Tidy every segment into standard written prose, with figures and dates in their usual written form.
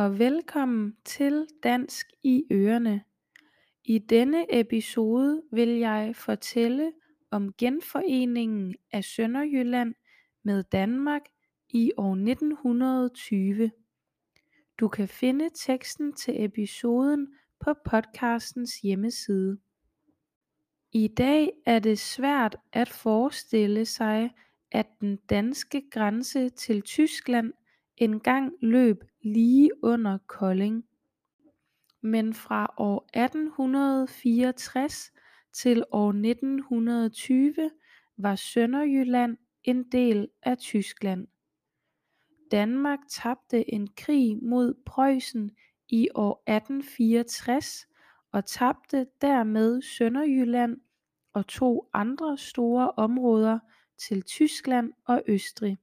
og velkommen til Dansk i Ørene. I denne episode vil jeg fortælle om genforeningen af Sønderjylland med Danmark i år 1920. Du kan finde teksten til episoden på podcastens hjemmeside. I dag er det svært at forestille sig, at den danske grænse til Tyskland engang løb lige under Kolding. Men fra år 1864 til år 1920 var Sønderjylland en del af Tyskland. Danmark tabte en krig mod Preussen i år 1864 og tabte dermed Sønderjylland og 2 andre store områder til Tyskland og Østrig.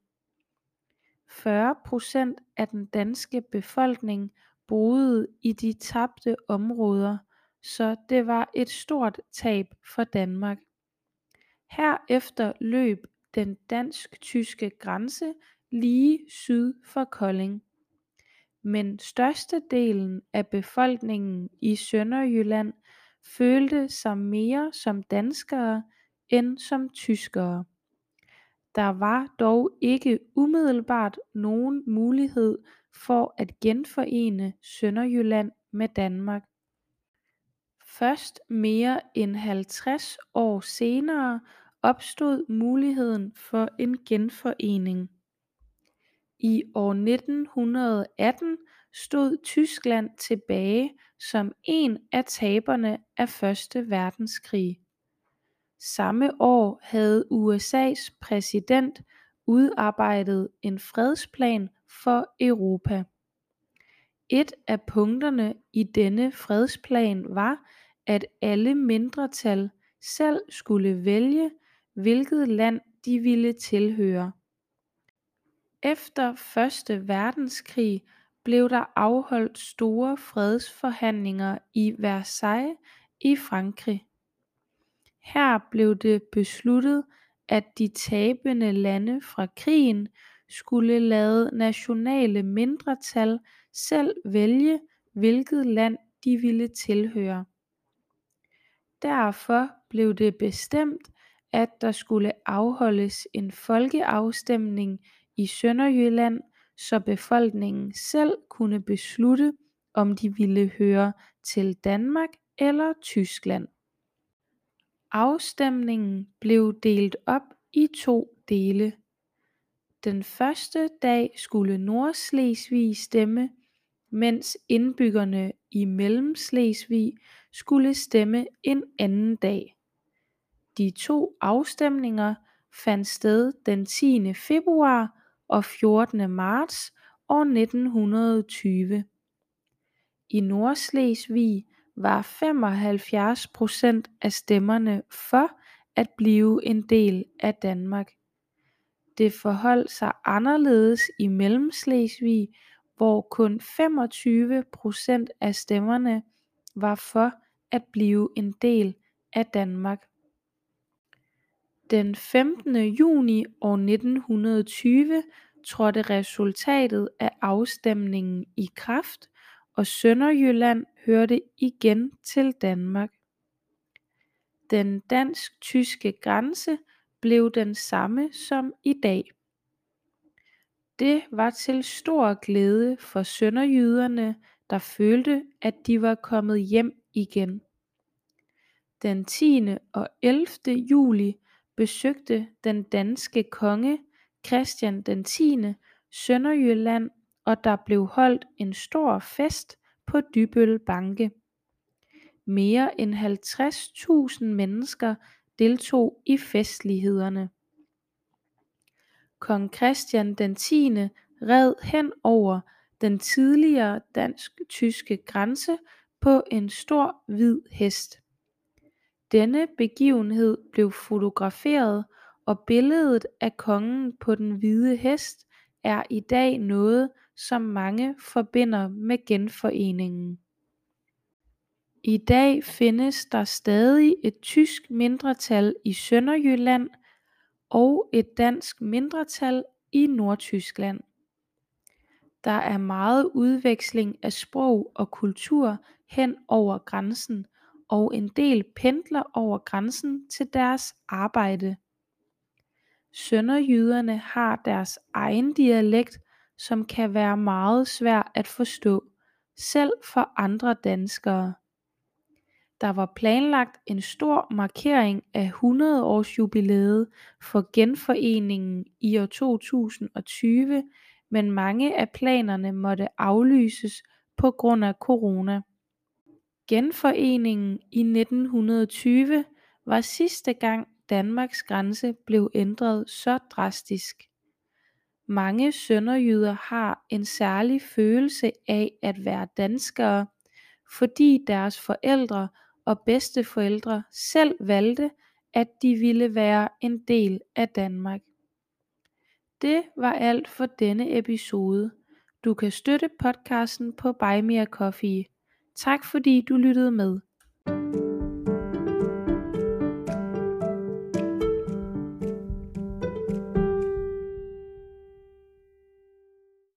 40% af den danske befolkning boede i de tabte områder, så det var et stort tab for Danmark. Herefter løb den dansk-tyske grænse lige syd for Kolding. Men størstedelen af befolkningen i Sønderjylland følte sig mere som danskere end som tyskere. Der var dog ikke umiddelbart nogen mulighed for at genforene Sønderjylland med Danmark. Først mere end 50 år senere opstod muligheden for en genforening. I år 1918 stod Tyskland tilbage som en af taberne af 1. verdenskrig. Samme år havde USA's præsident udarbejdet en fredsplan for Europa. Et af punkterne i denne fredsplan var, at alle mindretal selv skulle vælge, hvilket land de ville tilhøre. Efter 1. verdenskrig blev der afholdt store fredsforhandlinger i Versailles i Frankrig. Her blev det besluttet, at de tabende lande fra krigen skulle lade nationale mindretal selv vælge, hvilket land de ville tilhøre. Derfor blev det bestemt, at der skulle afholdes en folkeafstemning i Sønderjylland, så befolkningen selv kunne beslutte, om de ville høre til Danmark eller Tyskland. Afstemningen blev delt op i 2 dele. Den første dag skulle Nordslesvig stemme, mens indbyggerne i Mellemslesvig skulle stemme en anden dag. De 2 afstemninger fandt sted den 10. februar og 14. marts år 1920. I Nordslesvig var 75% af stemmerne for at blive en del af Danmark. Det forholdt sig anderledes i Mellemslesvig, hvor kun 25% af stemmerne var for at blive en del af Danmark. Den 15. juni år 1920 trådte resultatet af afstemningen i kraft, og Sønderjylland hørte igen til Danmark. Den dansk-tyske grænse blev den samme som i dag. Det var til stor glæde for sønderjyderne, der følte, at de var kommet hjem igen. Den 10. og 11. juli besøgte den danske konge Christian den 10. Sønderjylland, og der blev holdt en stor fest på Dybbøl Banke. Mere end 50.000 mennesker deltog i festlighederne. Kong Christian den 10. red hen over den tidligere dansk-tyske grænse på en stor hvid hest. Denne begivenhed blev fotograferet, og billedet af kongen på den hvide hest er i dag noget, som mange forbinder med genforeningen. I dag findes der stadig et tysk mindretal i Sønderjylland og et dansk mindretal i Nordtyskland. Der er meget udveksling af sprog og kultur hen over grænsen, og en del pendler over grænsen til deres arbejde. Sønderjyderne har deres egen dialekt, som kan være meget svær at forstå, selv for andre danskere. Der var planlagt en stor markering af 100-årsjubilæet for genforeningen i år 2020, men mange af planerne måtte aflyses på grund af corona. Genforeningen i 1920 var sidste gang Danmarks grænse blev ændret så drastisk. Mange sønderjyder har en særlig følelse af at være danskere, fordi deres forældre og bedsteforældre selv valgte, at de ville være en del af Danmark. Det var alt for denne episode. Du kan støtte podcasten på Buy Me a Coffee. Tak fordi du lyttede med.